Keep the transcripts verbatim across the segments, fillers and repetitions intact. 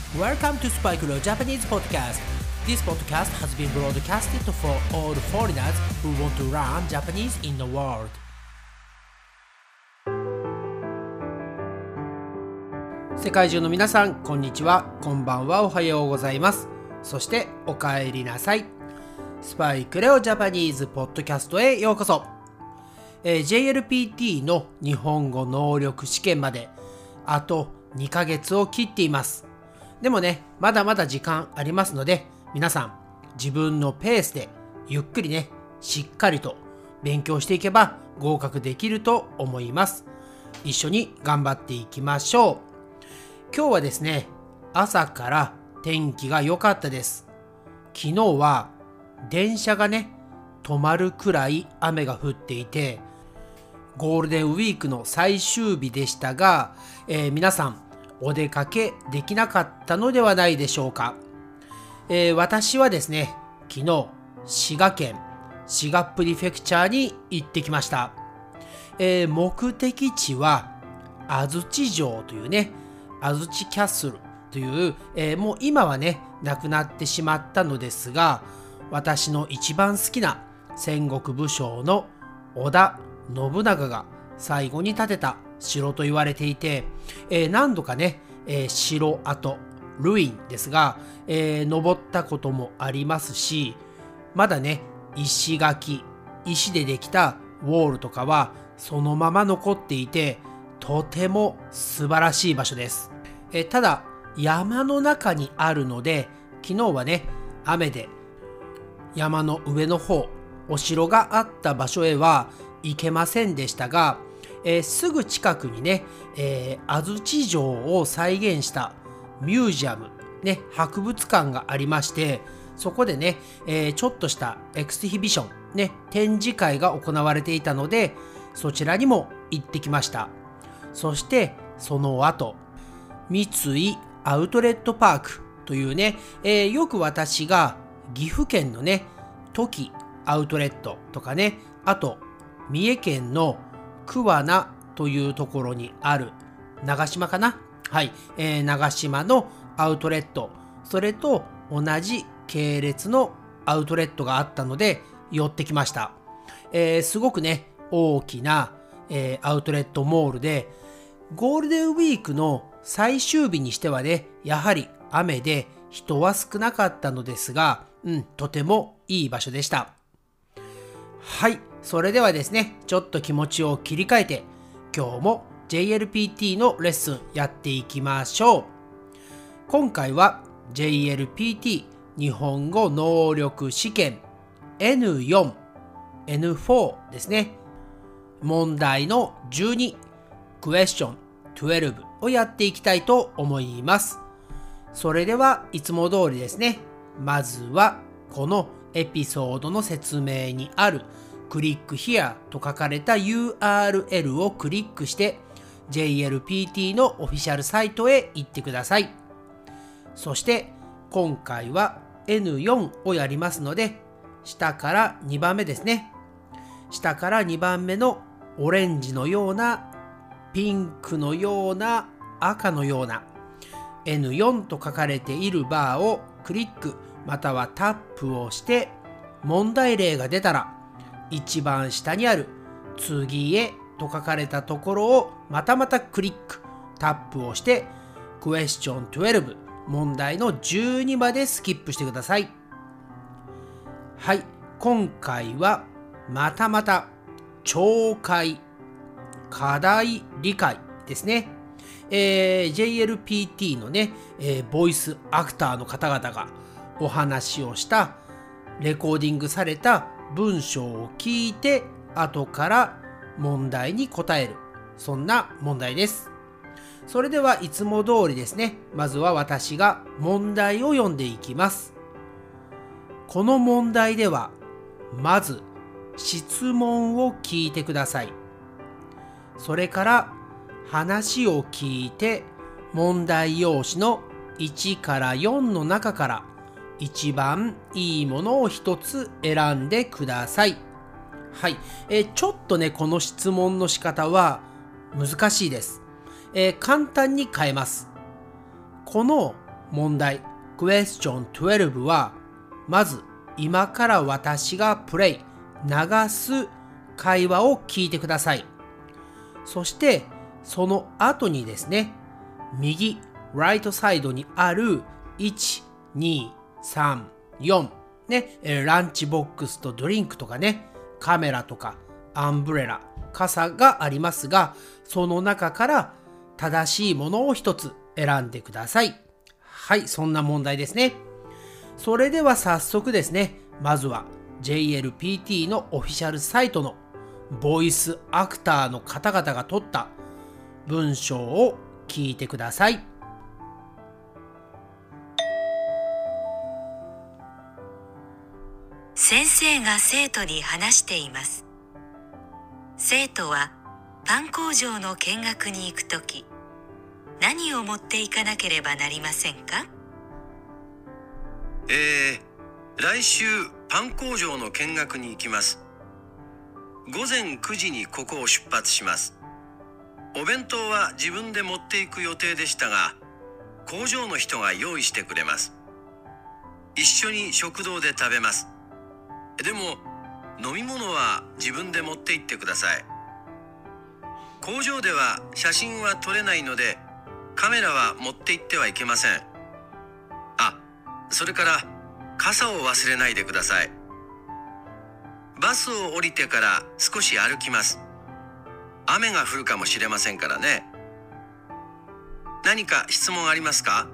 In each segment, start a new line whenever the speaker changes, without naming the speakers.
Welcome to Spike Leo Japanese Podcast. This podcast has been broadcasted for all foreigners who want to learn Japanese in the world. 世界中の皆さん、こんにちは、こんばんは、おはようございます。そしてお帰りなさい。スパイクレオジャパニーズポッドキャストへようこそ。えー、ジェイエルピーティー の日本語能力試験まであとにかげつを切っています。でもね、まだまだ時間ありますので、皆さん自分のペースでゆっくりね、しっかりと勉強していけば合格できると思います。一緒に頑張っていきましょう。今日はですね、朝から天気が良かったです。昨日は電車がね、止まるくらい雨が降っていて、ゴールデンウィークの最終日でしたが、えー、皆さんお出かけできなかったのではないでしょうか。えー、私はですね、昨日滋賀県滋賀プリフェクチャーに行ってきました。えー、目的地は安土城というね、安土キャッスルという、えー、もう今はねなくなってしまったのですが、私の一番好きな戦国武将の織田信長が最後に建てた城と言われていて、えー、何度かね、えー、城跡ルインですが、えー、登ったこともありますし、まだね石垣石でできたウォールとかはそのまま残っていて、とても素晴らしい場所です。えー、ただ山の中にあるので、昨日はね雨で山の上の方、お城があった場所へは行けませんでしたが、えー、すぐ近くにね、えー、安土城を再現したミュージアム、ね、博物館がありまして、そこでね、えー、ちょっとしたエクスヒビション、ね、展示会が行われていたので、そちらにも行ってきました。そしてその後、三井アウトレットパークというね、えー、よく私が岐阜県のね、土岐アウトレットとかね、あと三重県の桑名というところにある長島かな、はい、えー、長島のアウトレット、それと同じ系列のアウトレットがあったので寄ってきました。えー、すごくね大きな、えー、アウトレットモールで、ゴールデンウィークの最終日にしてはね、やはり雨で人は少なかったのですが、うん、とてもいい場所でした。はい、それではですね、ちょっと気持ちを切り替えて、今日も ジェイエルピーティー のレッスンやっていきましょう。今回は ジェイエルピーティー 日本語能力試験 エヌフォー、エヌフォー ですね。問題のじゅうに、クエスチョンじゅうにをやっていきたいと思います。それではいつも通りですね、まずはこのエピソードの説明にあるクリック Here と書かれた ユーアールエル をクリックして ジェイエルピーティー のオフィシャルサイトへ行ってください。そして今回は エヌフォー をやりますので、下からにばんめですね。下からにばんめのオレンジのような、ピンクのような、赤のような エヌフォー と書かれているバーをクリックまたはタップをして、問題例が出たら一番下にある次へと書かれたところをまたまたクリックタップをして、クエスチョンじゅうに、問題のじゅうにまでスキップしてください。はい、今回はまたまた聴解課題理解ですね。えー、ジェイエルピーティー のね、えー、ボイスアクターの方々がお話をしたレコーディングされた文章を聞いて、後から問題に答える、そんな問題です。それではいつも通りですね、まずは私が問題を読んでいきます。この問題ではまず質問を聞いてください。それから話を聞いて、問題用紙のいちからよんの中から一番いいものを一つ選んでください。はい、えー、ちょっとねこの質問の仕方は難しいです。えー、簡単に変えます。この問題 クエスチョンじゅうに は、まず今から私がプレイ、流す会話を聞いてください。そしてその後にですね、右、ライトサイドにあるいち、に、さん、よん、ね、ランチボックスとドリンクとかね、カメラとかアンブレラ、傘がありますが、その中から正しいものを一つ選んでください。はい、そんな問題ですね。それでは早速ですね、まずは ジェイエルピーティー のオフィシャルサイトのボイスアクターの方々が取った文章を聞いてください。
先生が生徒に話しています。生徒はパン工場の見学に行くとき、何を持っていかなければなりませんか？
えー、来週パン工場の見学に行きます。ごぜんくじにここを出発します。お弁当は自分で持っていく予定でしたが、工場の人が用意してくれます。一緒に食堂で食べます。でも飲み物は自分で持って行ってください。工場では写真は撮れないので、カメラは持って行ってはいけません。あ、それから傘を忘れないでください。バスを降りてから少し歩きます。雨が降るかもしれませんからね。何か質問ありますか？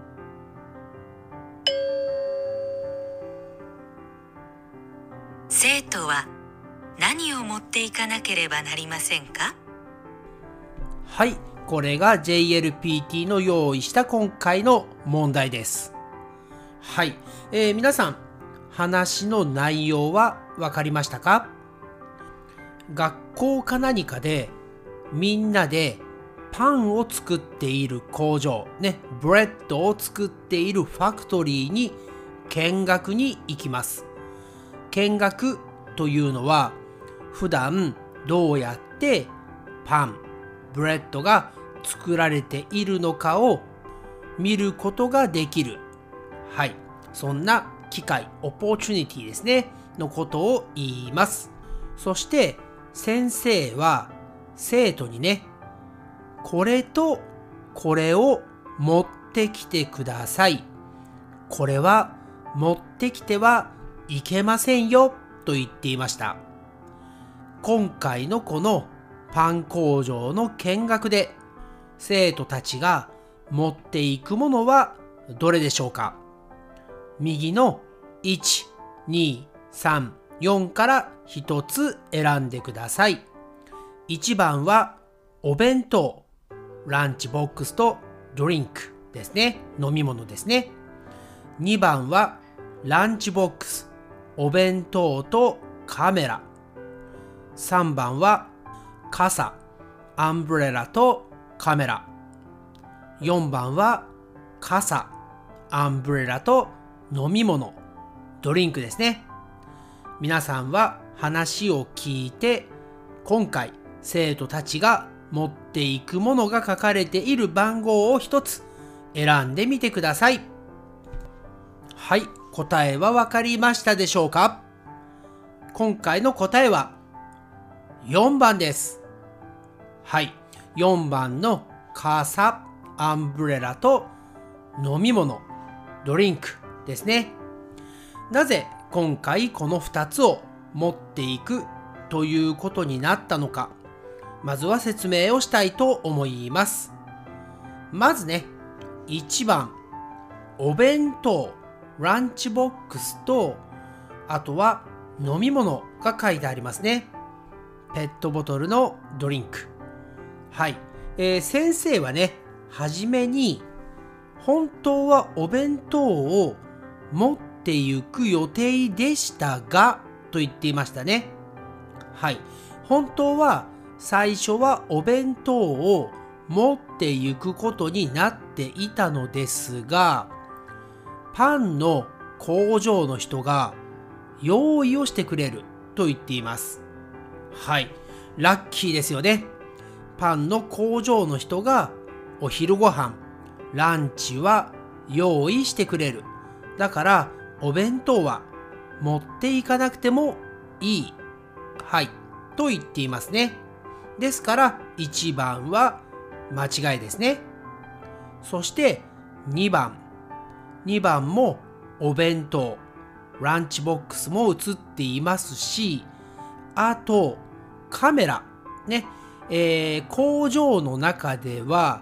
生徒は何を持っていかなければなりませんか？
はい、これが ジェイエルピーティー の用意した今回の問題です。はい、えー、皆さん、話の内容は分かりましたか？学校か何かでみんなでパンを作っている工場、ね、ブレッドを作っているファクトリーに見学に行きます。見学というのは、普段どうやってパン、ブレッドが作られているのかを見ることができる。はい、そんな機会、オポチュニティですね、のことを言います。そして先生は生徒にね、これとこれを持ってきてください。これは持ってきてはいけませんよと言っていました。今回のこのパン工場の見学で生徒たちが持っていくものはどれでしょうか？右のいち、に、さん、よんからひとつ選んでください。いちばんはお弁当、ランチボックスとドリンクですね。飲み物ですね。にばんはランチボックス、お弁当とカメラ。さんばんは傘、アンブレラとカメラ。よんばんは傘、アンブレラと飲み物、ドリンクですね。皆さんは話を聞いて、今回生徒たちが持っていくものが書かれている番号を一つ選んでみてください。はい、答えはわかりましたでしょうか？今回の答えはよんばんです。はい、よんばんの傘、アンブレラと飲み物、ドリンクですね。なぜ今回このふたつを持っていくということになったのか、まずは説明をしたいと思います。まずね、いちばん、お弁当、ランチボックスと、あとは飲み物が書いてありますね。ペットボトルのドリンク。はい、えー、先生はね、はじめに本当はお弁当を持って行く予定でしたがと言っていましたね。はい、本当は最初はお弁当を持って行くことになっていたのですが、パンの工場の人が用意をしてくれると言っています。はい、ラッキーですよね。パンの工場の人がお昼ご飯、ランチは用意してくれる。だからお弁当は持っていかなくてもいい。はい。と言っていますね。ですからいちばんは間違いですね。そしてにばん。にばんもお弁当、ランチボックスも写っていますし、あとカメラ。ね。えー、工場の中では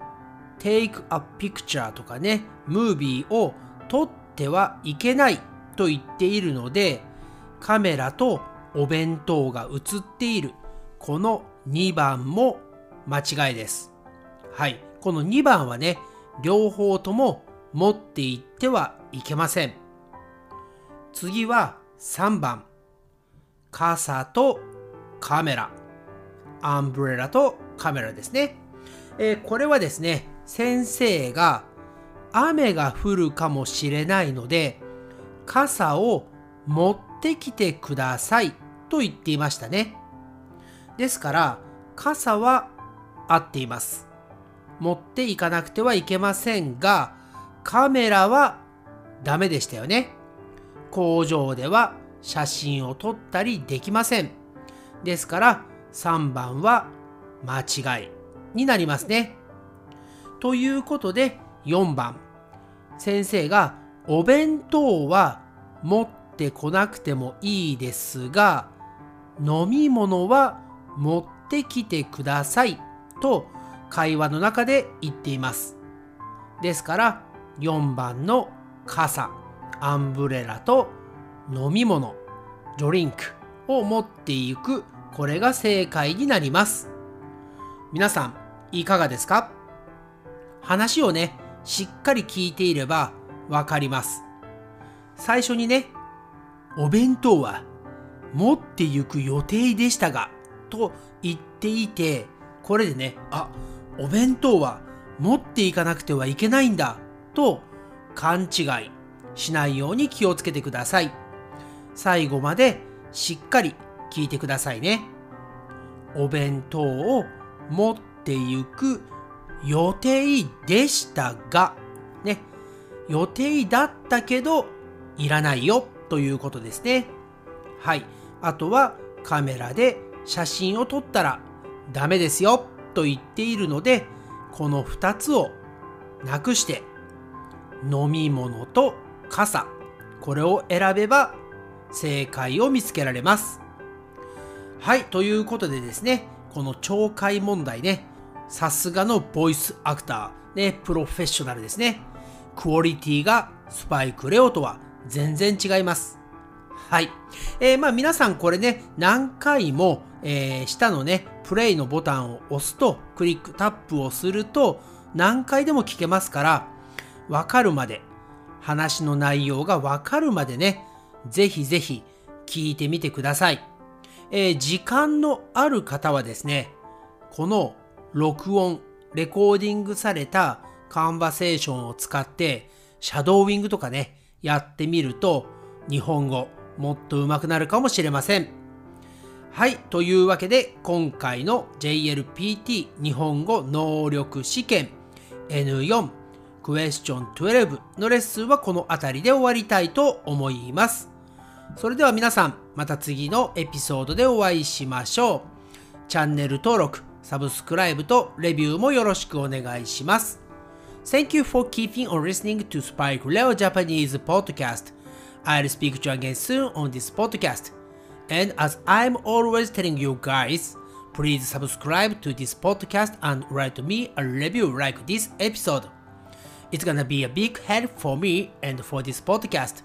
take a picture とかね、ムービーを撮ってはいけないと言っているので、カメラとお弁当が写っているこのにばんも間違いです。はい、このにばんはね、両方とも持っていってはいけません。次はさんばん、傘とカメラ、アンブレラとカメラですね。えー、これはですね、先生が雨が降るかもしれないので傘を持ってきてくださいと言っていましたね。ですから傘は合っています。持っていかなくてはいけませんが、カメラはダメでしたよね。工場では写真を撮ったりできません。ですからさんばんは間違いになりますね。ということでよんばん、先生がお弁当は持ってこなくてもいいですが、飲み物は持ってきてくださいと会話の中で言っています。ですからよんばんの傘、アンブレラと飲み物、ドリンクを持っていく、これが正解になります。皆さんいかがですか？話をね、しっかり聞いていればわかります。最初にね、お弁当は持って行く予定でしたがと言っていて、これでね、あ、お弁当は持っていかなくてはいけないんだと勘違いしないように気をつけてください。最後までしっかり聞いてくださいね。お弁当を持って行く予定でしたが、ね、予定だったけどいらないよということですね。はい。あとはカメラで写真を撮ったらダメですよと言っているので、このふたつをなくして飲み物と傘、これを選べば正解を見つけられます。はい。ということでですね、この聴解問題ね、さすがのボイスアクター、ね、プロフェッショナルですね。クオリティがスパイクレオとは全然違います。はい。えー、まあ皆さんこれね、何回も、えー、下のね、プレイのボタンを押すと、クリック、タップをすると、何回でも聞けますから、わかるまで、話の内容がわかるまでね、ぜひぜひ聞いてみてください。えー、時間のある方はですね、この録音、レコーディングされたカンバセーションを使ってシャドーイングとかね、やってみると日本語もっと上手くなるかもしれません。はい、というわけで今回の ジェイエルピーティー 日本語能力試験 エヌフォー クエスチョンじゅうにのレッスンはこの辺りで終わりたいと思います。それでは皆さん、また次のエピソードでお会いしましょう。チャンネル登録、サブスクライブとレビューもよろしくお願いします。Thank you for keeping on listening to Spike Leo Japanese podcast. I'll speak to you again soon on this podcast. And as I'm always telling you guys, please subscribe to this podcast and write me a review like this episode. It's gonna be a big help for me and for this podcast.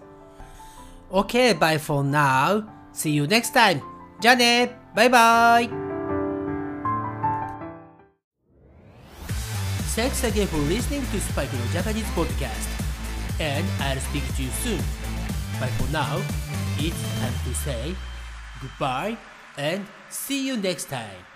Okay, bye for now. See you next time. じゃあね。バイバイ。Thanks again for listening to Spike Leo Japanese podcast. And I'll speak to you soon. But for now, it's time to say goodbye and see you next time.